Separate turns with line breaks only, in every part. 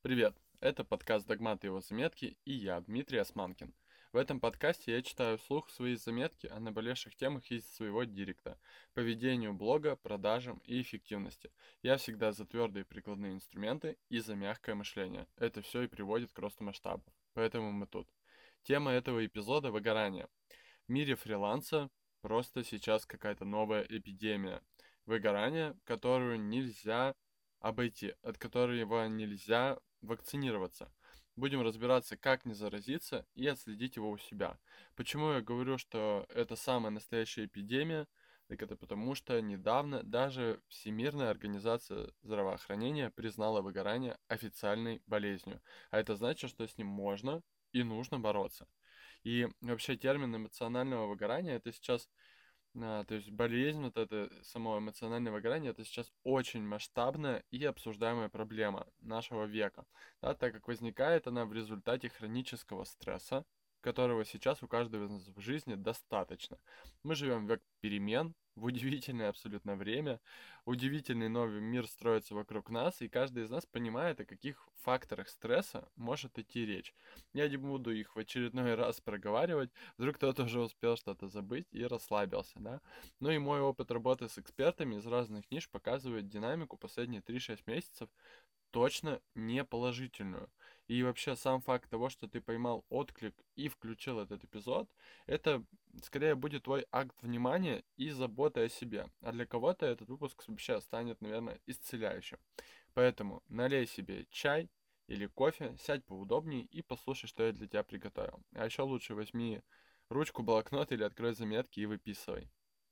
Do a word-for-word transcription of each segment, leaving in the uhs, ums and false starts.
Привет! Это подкаст «Догмат и его заметки» и я, Дмитрий Османкин. В этом подкасте я читаю вслух свои заметки о наболевших темах из своего директа, поведению блога, продажам и эффективности. Я всегда за твердые прикладные инструменты и за мягкое мышление. Это все и приводит к росту масштабов. Поэтому мы тут. Тема этого эпизода — выгорание. В мире фриланса просто сейчас какая-то новая эпидемия. Выгорание, которую нельзя обойти, от которого нельзя вакцинироваться. Будем разбираться, как не заразиться и отследить его у себя. Почему я говорю, что это самая настоящая эпидемия? Так это потому, что недавно даже Всемирная организация здравоохранения признала выгорание официальной болезнью. А это значит, что с ним можно и нужно бороться. И вообще термин эмоционального выгорания — это сейчас, а, то есть болезнь, вот это само эмоциональное выгорание — это сейчас очень масштабная и обсуждаемая проблема нашего века, да, так как возникает она в результате хронического стресса, которого сейчас у каждого из нас в жизни достаточно. Мы живем в век перемен, в удивительное абсолютно время, удивительный новый мир строится вокруг нас, и каждый из нас понимает, о каких факторах стресса может идти речь. Я не буду их в очередной раз проговаривать, вдруг кто-то уже успел что-то забыть и расслабился, да. Ну и мой опыт работы с экспертами из разных ниш показывает динамику последние три-шесть месяцев точно не положительную. И вообще сам факт того, что ты поймал отклик и включил этот эпизод, это скорее будет твой акт внимания и заботы о себе. А для кого-то этот выпуск вообще станет, наверное, исцеляющим. Поэтому налей себе чай или кофе, сядь поудобнее и послушай, что я для тебя приготовил. А еще лучше возьми ручку, блокнот или открой заметки и выписывай.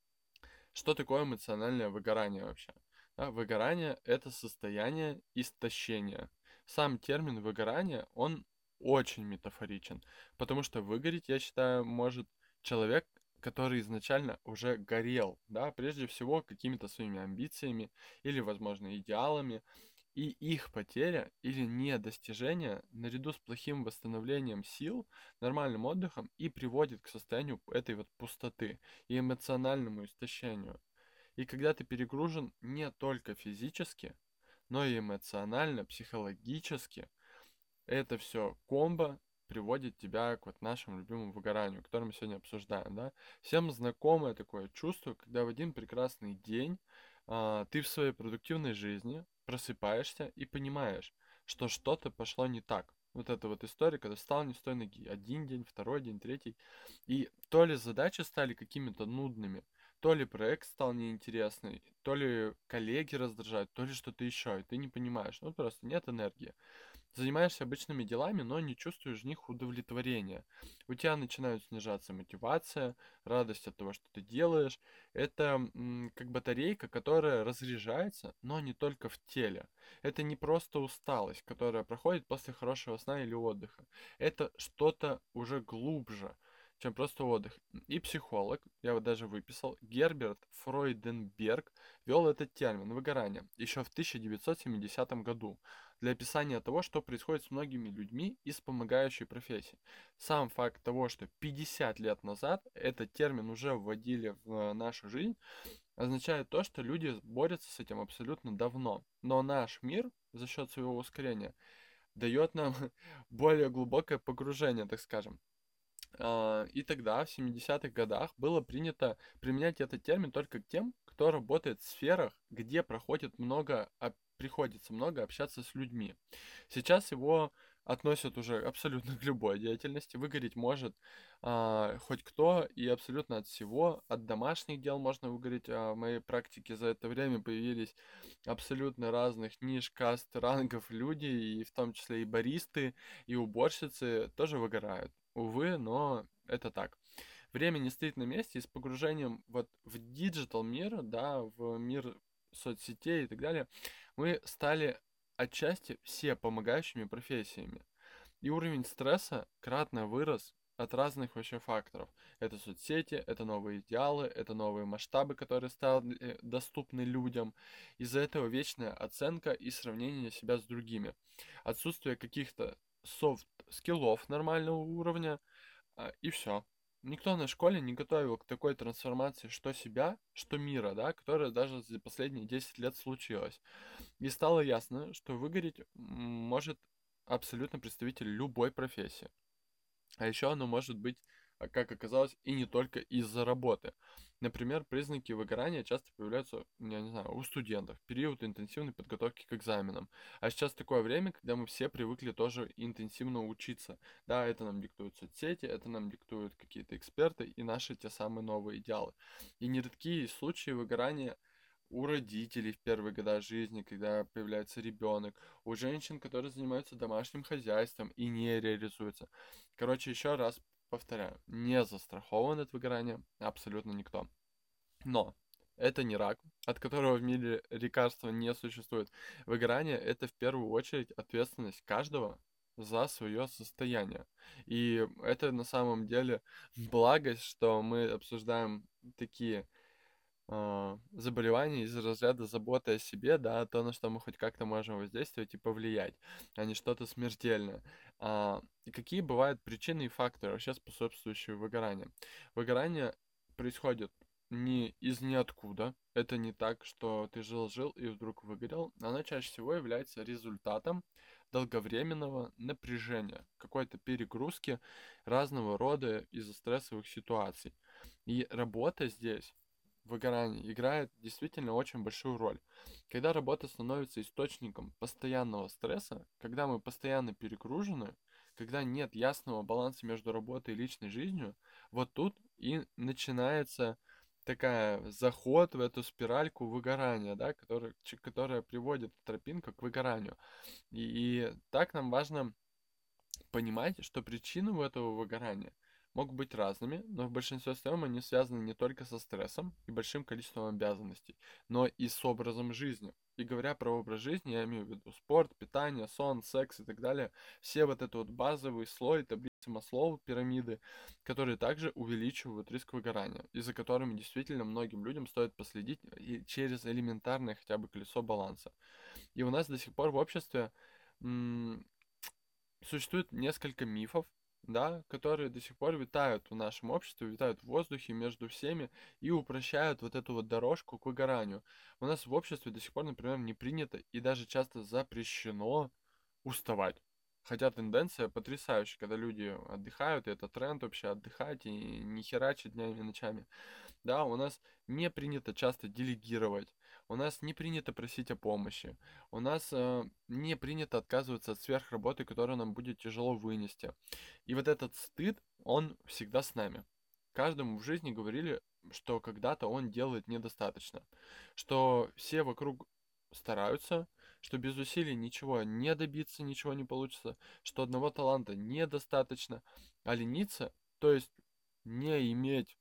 Что такое эмоциональное выгорание вообще? Да, выгорание — это состояние истощения. Сам термин выгорание, он очень метафоричен, потому что выгореть, я считаю, может человек, который изначально уже горел, да, прежде всего какими-то своими амбициями или, возможно, идеалами, и их потеря или недостижение наряду с плохим восстановлением сил, нормальным отдыхом и приводит к состоянию этой вот пустоты и эмоциональному истощению. И когда ты перегружен не только физически, но и эмоционально, психологически, это все комбо приводит тебя к вот нашему любимому выгоранию, которое мы сегодня обсуждаем, да. Всем знакомое такое чувство, когда в один прекрасный день а, ты в своей продуктивной жизни просыпаешься и понимаешь, что что-то пошло не так. Вот эта вот история, когда встал не с той ноги. Один день, второй день, третий. И то ли задачи стали какими-то нудными, то ли проект стал неинтересный, то ли коллеги раздражают, то ли что-то еще, и ты не понимаешь. Ну, просто нет энергии. Занимаешься обычными делами, но не чувствуешь в них удовлетворения. У тебя начинает снижаться мотивация, радость от того, что ты делаешь. Это м, как батарейка, которая разряжается, но не только в теле. Это не просто усталость, которая проходит после хорошего сна или отдыха. Это что-то уже глубже, чем просто отдых. И психолог, я вот даже выписал, Герберт Фройденберг вел этот термин выгорание еще в тысяча девятьсот семидесятом году для описания того, что происходит с многими людьми из помогающей профессии. Сам факт того, что пятьдесят лет назад этот термин уже вводили в э, нашу жизнь, означает то, что люди борются с этим абсолютно давно. Но наш мир за счет своего ускорения дает нам более глубокое погружение, так скажем. А, И тогда, в семидесятых годах, было принято применять этот термин только к тем, кто работает в сферах, где проходит много, об- приходится много общаться с людьми. Сейчас его относят уже абсолютно к любой деятельности. Выгореть может а, хоть кто и абсолютно от всего. От домашних дел можно выгореть. А, в моей практике за это время появились абсолютно разных ниш, каст, рангов люди, и в том числе и баристы, и уборщицы тоже выгорают. Увы, но это так. Время не стоит на месте, и с погружением вот в диджитал мир, да, в мир соцсетей и так далее, мы стали отчасти все помогающими профессиями. И уровень стресса кратно вырос от разных вообще факторов. Это соцсети, это новые идеалы, это новые масштабы, которые стали э, доступны людям. Из-за этого вечная оценка и сравнение себя с другими. Отсутствие каких-то софт-скиллов нормального уровня, а, и все. Никто на школе не готовил к такой трансформации что себя, что мира, да, которая даже за последние десять лет случилась. И стало ясно, что выгореть м, может абсолютно представитель любой профессии. А еще оно может быть, а, как оказалось, и не только из-за работы. Например, признаки выгорания часто появляются, я не знаю, у студентов в период интенсивной подготовки к экзаменам. А сейчас такое время, когда мы все привыкли тоже интенсивно учиться. Да, это нам диктуют соцсети, это нам диктуют какие-то эксперты и наши те самые новые идеалы. И нередки случаи выгорания у родителей в первые года жизни, когда появляется ребенок, у женщин, которые занимаются домашним хозяйством и не реализуются. Короче, еще раз повторяю, не застрахован от выгорания абсолютно никто. Но это не рак, от которого в мире лекарства не существует. Выгорание — это в первую очередь ответственность каждого за свое состояние. И это на самом деле благость, что мы обсуждаем такие а, заболевания из разряда заботы о себе, да, то, на что мы хоть как-то можем воздействовать и повлиять, а не что-то смертельное. А, и какие бывают причины и факторы, вообще способствующие выгоранию? Выгорание происходит не из ниоткуда. Это не так, что ты жил-жил и вдруг выгорел. Оно чаще всего является результатом долговременного напряжения, какой-то перегрузки разного рода из-за стрессовых ситуаций. И работа здесь выгорание играет действительно очень большую роль. Когда работа становится источником постоянного стресса, когда мы постоянно перегружены, когда нет ясного баланса между работой и личной жизнью, вот тут и начинается такая заход в эту спиральку выгорания, да, которая, ч- которая приводит тропинка к выгоранию. И, и так нам важно понимать, что причины у этого выгорания могут быть разными, но в большинстве своем они связаны не только со стрессом и большим количеством обязанностей, но и с образом жизни. И говоря про образ жизни, я имею в виду спорт, питание, сон, секс и так далее. Все вот это вот базовый слой таблицы Маслоу, пирамиды, которые также увеличивают риск выгорания, и за которыми действительно многим людям стоит последить и через элементарное хотя бы колесо баланса. И у нас до сих пор в обществе м, существует несколько мифов, да, которые до сих пор витают в нашем обществе, витают в воздухе между всеми и упрощают вот эту вот дорожку к выгоранию. У нас в обществе до сих пор, например, не принято и даже часто запрещено уставать. Хотя тенденция потрясающая, когда люди отдыхают, и это тренд вообще отдыхать и не херачить днями и ночами. Да, у нас не принято часто делегировать, у нас не принято просить о помощи, у нас э, не принято отказываться от сверхработы, которую нам будет тяжело вынести. И вот этот стыд, он всегда с нами. Каждому в жизни говорили, что когда-то он делает недостаточно, что все вокруг стараются, что без усилий ничего не добиться, ничего не получится, что одного таланта недостаточно, а лениться, то есть не иметь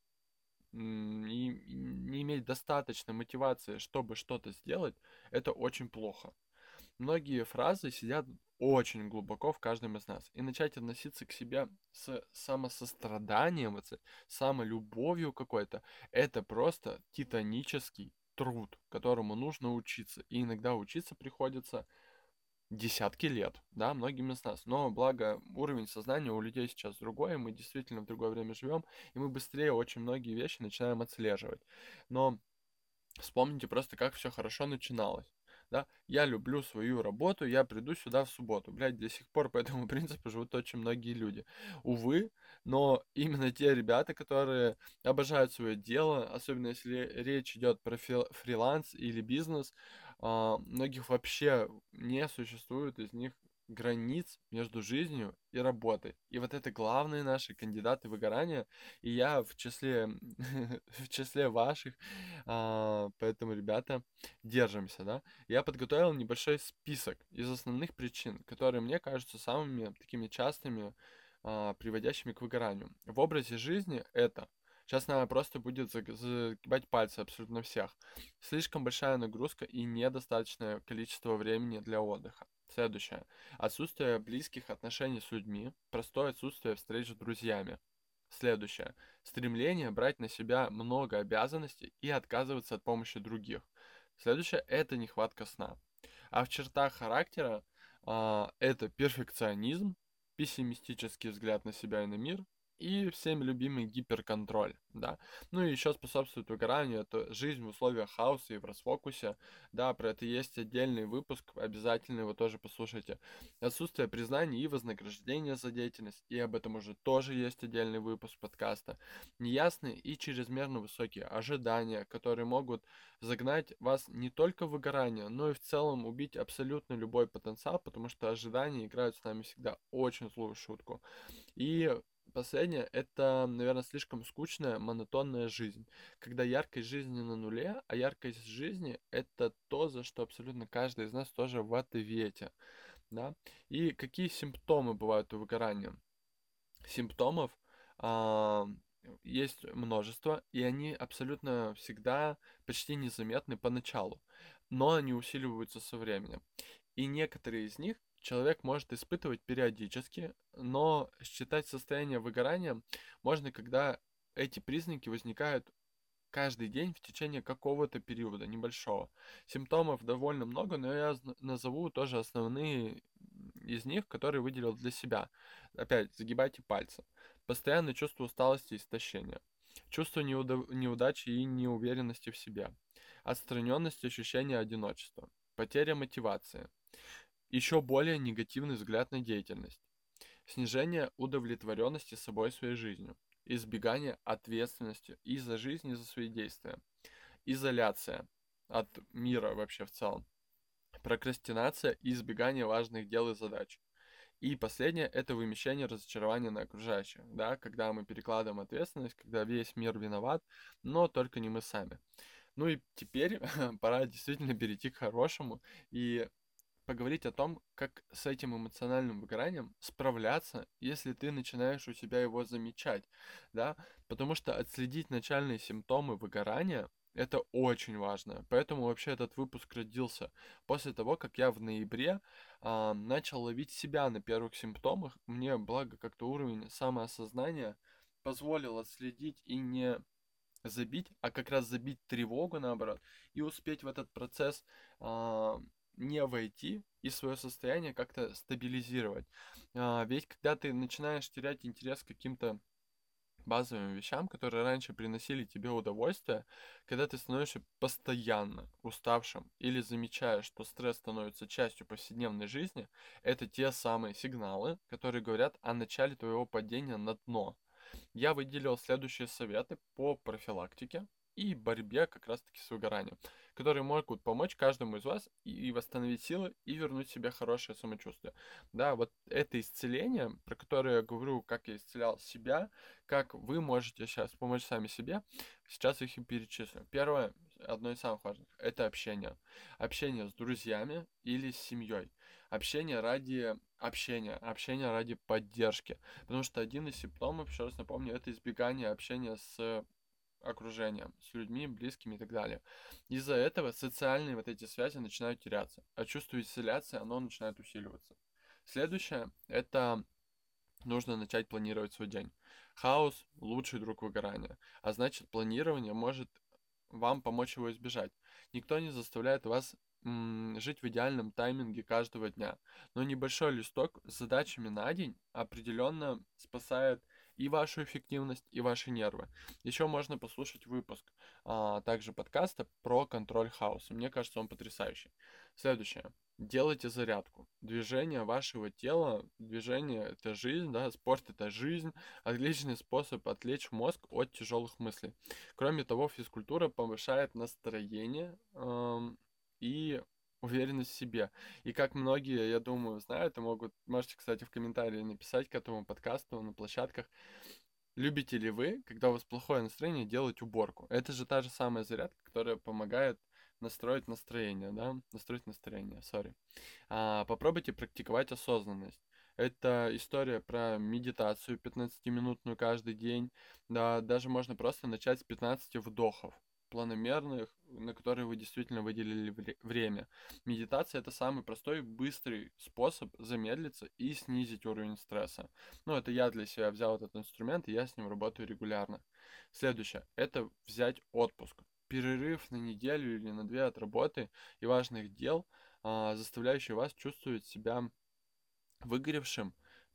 м, и не иметь достаточно мотивации, чтобы что-то сделать, это очень плохо. Многие фразы сидят очень глубоко в каждом из нас. И начать относиться к себе с самосостраданием, вот с самолюбовью какой-то, это просто титанический труд, которому нужно учиться. И иногда учиться приходится десятки лет, да, многим из нас. Но благо уровень сознания у людей сейчас другой, мы действительно в другое время живем, и мы быстрее очень многие вещи начинаем отслеживать. Но вспомните просто, как все хорошо начиналось. Да, я люблю свою работу, я приду сюда в субботу. Блядь, до сих пор по этому принципу живут очень многие люди. Увы, но именно те ребята, которые обожают свое дело, особенно если речь идет про фрил- фриланс или бизнес, а, многих вообще не существует из них границ между жизнью и работой. И вот это главные наши кандидаты выгорания, и я в числе, в числе ваших, а, поэтому, ребята, держимся, да. Я подготовил небольшой список из основных причин, которые мне кажутся самыми такими частыми, а, приводящими к выгоранию. В образе жизни это, сейчас надо просто будет заг- загибать пальцы абсолютно всех, слишком большая нагрузка и недостаточное количество времени для отдыха. Следующее. Отсутствие близких отношений с людьми, простое отсутствие встреч с друзьями. Следующее. Стремление брать на себя много обязанностей и отказываться от помощи других. Следующее — это нехватка сна. А в чертах характера а, это перфекционизм, пессимистический взгляд на себя и на мир И всеми любимый гиперконтроль, да. Ну и еще способствует выгоранию, это жизнь в условиях хаоса и в расфокусе, да, про это есть отдельный выпуск, обязательно его тоже послушайте. Отсутствие признаний и вознаграждения за деятельность, и об этом уже тоже есть отдельный выпуск подкаста. Неясные и чрезмерно высокие ожидания, которые могут загнать вас не только в выгорание, но и в целом убить абсолютно любой потенциал, потому что ожидания играют с нами всегда очень злую шутку. И последнее — это, наверное, слишком скучная, монотонная жизнь. Когда яркость жизни на нуле, а яркость жизни — это то, за что абсолютно каждый из нас тоже в ответе, да. И какие симптомы бывают у выгорания? Симптомов а, есть множество, и они абсолютно всегда почти незаметны поначалу, но они усиливаются со временем. И некоторые из них человек может испытывать периодически, но считать состояние выгорания можно, когда эти признаки возникают каждый день в течение какого-то периода небольшого. Симптомов довольно много, но я зн- назову тоже основные из них, которые выделил для себя. Опять, загибайте пальцы. Постоянное чувство усталости и истощения. Чувство неуда- неудачи и неуверенности в себе. Отстраненность и ощущение одиночества. Потеря мотивации. Еще более негативный взгляд на деятельность. Снижение удовлетворенности собой и своей жизнью. Избегание ответственности и за жизнь, и за свои действия. Изоляция от мира вообще в целом. Прокрастинация и избегание важных дел и задач. И последнее — это вымещение разочарования на окружающих, да, когда мы перекладываем ответственность, когда весь мир виноват, но только не мы сами. Ну и теперь пора действительно перейти к хорошему и поговорить о том, как с этим эмоциональным выгоранием справляться, если ты начинаешь у себя его замечать, да, потому что отследить начальные симптомы выгорания — это очень важно. Поэтому вообще этот выпуск родился после того, как я в ноябре а, начал ловить себя на первых симптомах. Мне, благо, как-то уровень самоосознания позволил отследить и не забить, а как раз забить тревогу наоборот и успеть в этот процесс а, не войти и свое состояние как-то стабилизировать. А, ведь когда ты начинаешь терять интерес к каким-то базовым вещам, которые раньше приносили тебе удовольствие, когда ты становишься постоянно уставшим или замечаешь, что стресс становится частью повседневной жизни, это те самые сигналы, которые говорят о начале твоего падения на дно. Я выделил следующие советы по профилактике и борьбе как раз-таки с выгоранием, которые могут помочь каждому из вас и восстановить силы, и вернуть себе хорошее самочувствие. Да, вот это исцеление, про которое я говорю, как я исцелял себя, как вы можете сейчас помочь сами себе, сейчас их и перечислю. Первое, одно из самых важных, это общение. Общение с друзьями или с семьей. Общение ради общения, общение ради поддержки. Потому что один из симптомов, еще раз напомню, это избегание общения с окружением, с людьми, близкими и так далее. Из-за этого социальные вот эти связи начинают теряться, а чувство изоляции, оно начинает усиливаться. Следующее — это нужно начать планировать свой день. Хаос — лучший друг выгорания, а значит планирование может вам помочь его избежать. Никто не заставляет вас м, жить в идеальном тайминге каждого дня, но небольшой листок с задачами на день определенно спасает и вашу эффективность, и ваши нервы. Еще можно послушать выпуск а, также подкаста про контроль хаоса. Мне кажется, он потрясающий. Следующее. Делайте зарядку. Движение вашего тела, движение — это жизнь, да, спорт — это жизнь, отличный способ отвлечь мозг от тяжелых мыслей. Кроме того, физкультура повышает настроение эм, и уверенность в себе. И как многие, я думаю, знают, и могут, можете, кстати, в комментарии написать к этому подкасту на площадках, любите ли вы, когда у вас плохое настроение, делать уборку? Это же та же самая зарядка, которая помогает настроить настроение, да? Настроить настроение, сори. А, попробуйте практиковать осознанность. Это история про медитацию пятнадцатиминутную каждый день. Да, даже можно просто начать с пятнадцати вдохов планомерных, на которые вы действительно выделили вре- время. Медитация — это самый простой и быстрый способ замедлиться и снизить уровень стресса. Ну, это я для себя взял этот инструмент, и я с ним работаю регулярно. Следующее — это взять отпуск. Перерыв на неделю или на две от работы и важных дел, а, заставляющий вас чувствовать себя выгоревшим,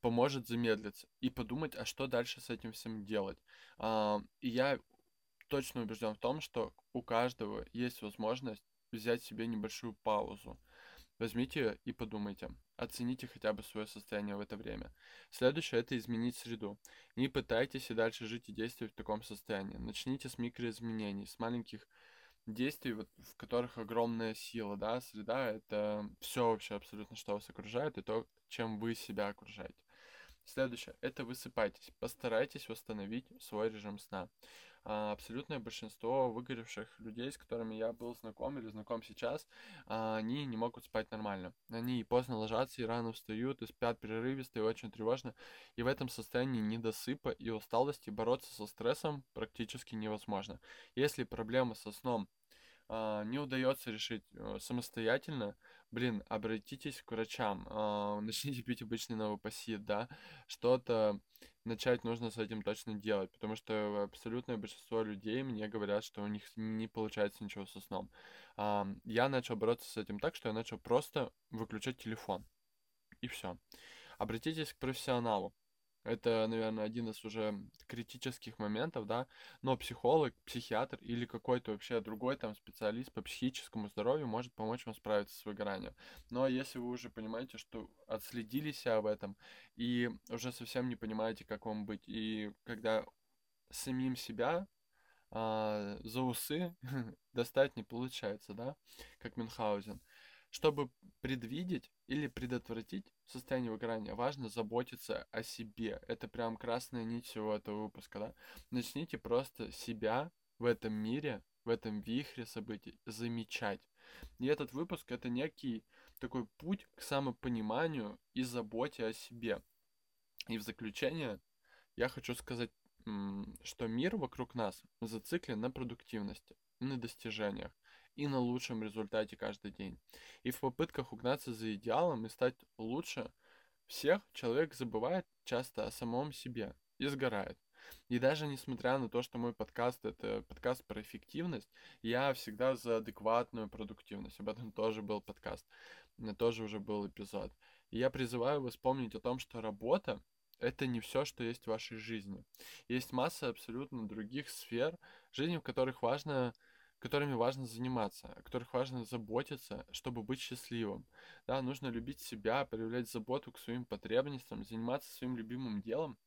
поможет замедлиться и подумать, а что дальше с этим всем делать. А, и я точно убежден в том, что у каждого есть возможность взять себе небольшую паузу. Возьмите и подумайте. Оцените хотя бы свое состояние в это время. Следующее — это изменить среду. Не пытайтесь и дальше жить и действовать в таком состоянии. Начните с микроизменений, с маленьких действий, вот, в которых огромная сила, да, среда — это все вообще абсолютно, что вас окружает, и то, чем вы себя окружаете. Следующее — это высыпайтесь. Постарайтесь восстановить свой режим сна. А, абсолютное большинство выгоревших людей, с которыми я был знаком или знаком сейчас, а, они не могут спать нормально. Они и поздно ложатся, и рано встают, и спят прерывисто, и очень тревожно. И в этом состоянии недосыпа и усталости бороться со стрессом практически невозможно. Если проблема со сном а, не удается решить э, самостоятельно, блин, обратитесь к врачам, а, начните пить обычный новопосит, да, что-то начать нужно с этим точно делать, потому что абсолютное большинство людей мне говорят, что у них не получается ничего со сном. А, я начал бороться с этим так, что я начал просто выключать телефон, и все. Обратитесь к профессионалу. Это, наверное, один из уже критических моментов, да, но психолог, психиатр или какой-то вообще другой там специалист по психическому здоровью может помочь вам справиться с выгоранием. Но если вы уже понимаете, что отследили себя в этом и уже совсем не понимаете, как вам быть, и когда самим себя а, за усы достать не получается, да, как Мюнхгаузен. Чтобы предвидеть или предотвратить состояние выгорания, важно заботиться о себе. Это прям красная нить всего этого выпуска, да. Начните просто себя в этом мире, в этом вихре событий замечать. И этот выпуск — это некий такой путь к самопониманию и заботе о себе. И в заключение я хочу сказать, м, что мир вокруг нас зациклен на продуктивности, на достижениях и на лучшем результате каждый день. И в попытках угнаться за идеалом и стать лучше всех, человек забывает часто о самом себе и сгорает. И даже несмотря на то, что мой подкаст — это подкаст про эффективность, я всегда за адекватную продуктивность. Об этом тоже был подкаст, м, тоже уже был эпизод. И я призываю вас помнить о том, что работа — это не все, что есть в вашей жизни. Есть масса абсолютно других сфер жизни, в которых важно которыми важно заниматься, о которых важно заботиться, чтобы быть счастливым. Да, нужно любить себя, проявлять заботу к своим потребностям, заниматься своим любимым делом.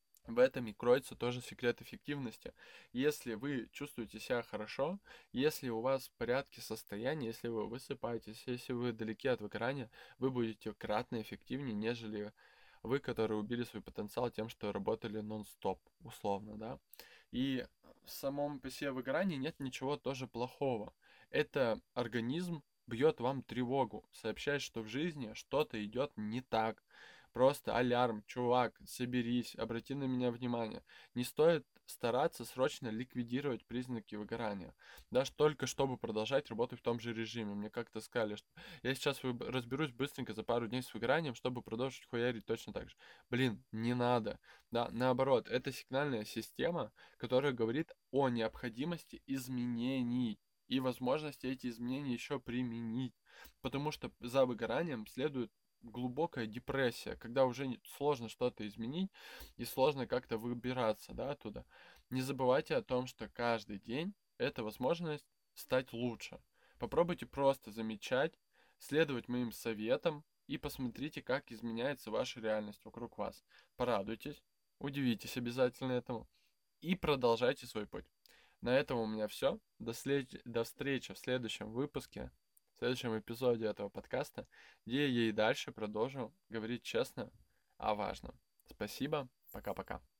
В этом и кроется тоже секрет эффективности. Если вы чувствуете себя хорошо, если у вас в порядке состояние, если вы высыпаетесь, если вы далеки от выгорания, вы будете кратно эффективнее, нежели вы, которые убили свой потенциал тем, что работали нон-стоп, условно, да. И в самом по себе выгорании нет ничего тоже плохого. Это организм бьет вам тревогу, сообщает, что в жизни что-то идет не так. Просто алярм, чувак, соберись, обрати на меня внимание. Не стоит стараться срочно ликвидировать признаки выгорания. Даже только чтобы продолжать работать в том же режиме. Мне как-то сказали, что я сейчас выб- разберусь быстренько за пару дней с выгоранием, чтобы продолжить хуярить точно так же. Блин, не надо. Да, наоборот, это сигнальная система, которая говорит о необходимости изменений и возможности эти изменения еще применить. Потому что за выгоранием следует глубокая депрессия, когда уже не- сложно что-то изменить и сложно как-то выбираться, да, оттуда. Не забывайте о том, что каждый день — это возможность стать лучше. Попробуйте просто замечать, следовать моим советам и посмотрите, как изменяется ваша реальность вокруг вас. Порадуйтесь, удивитесь обязательно этому и продолжайте свой путь. На этом у меня все. До, след- До встречи в следующем выпуске, в следующем эпизоде этого подкаста, где я и дальше продолжу говорить честно о важном. Спасибо, пока-пока.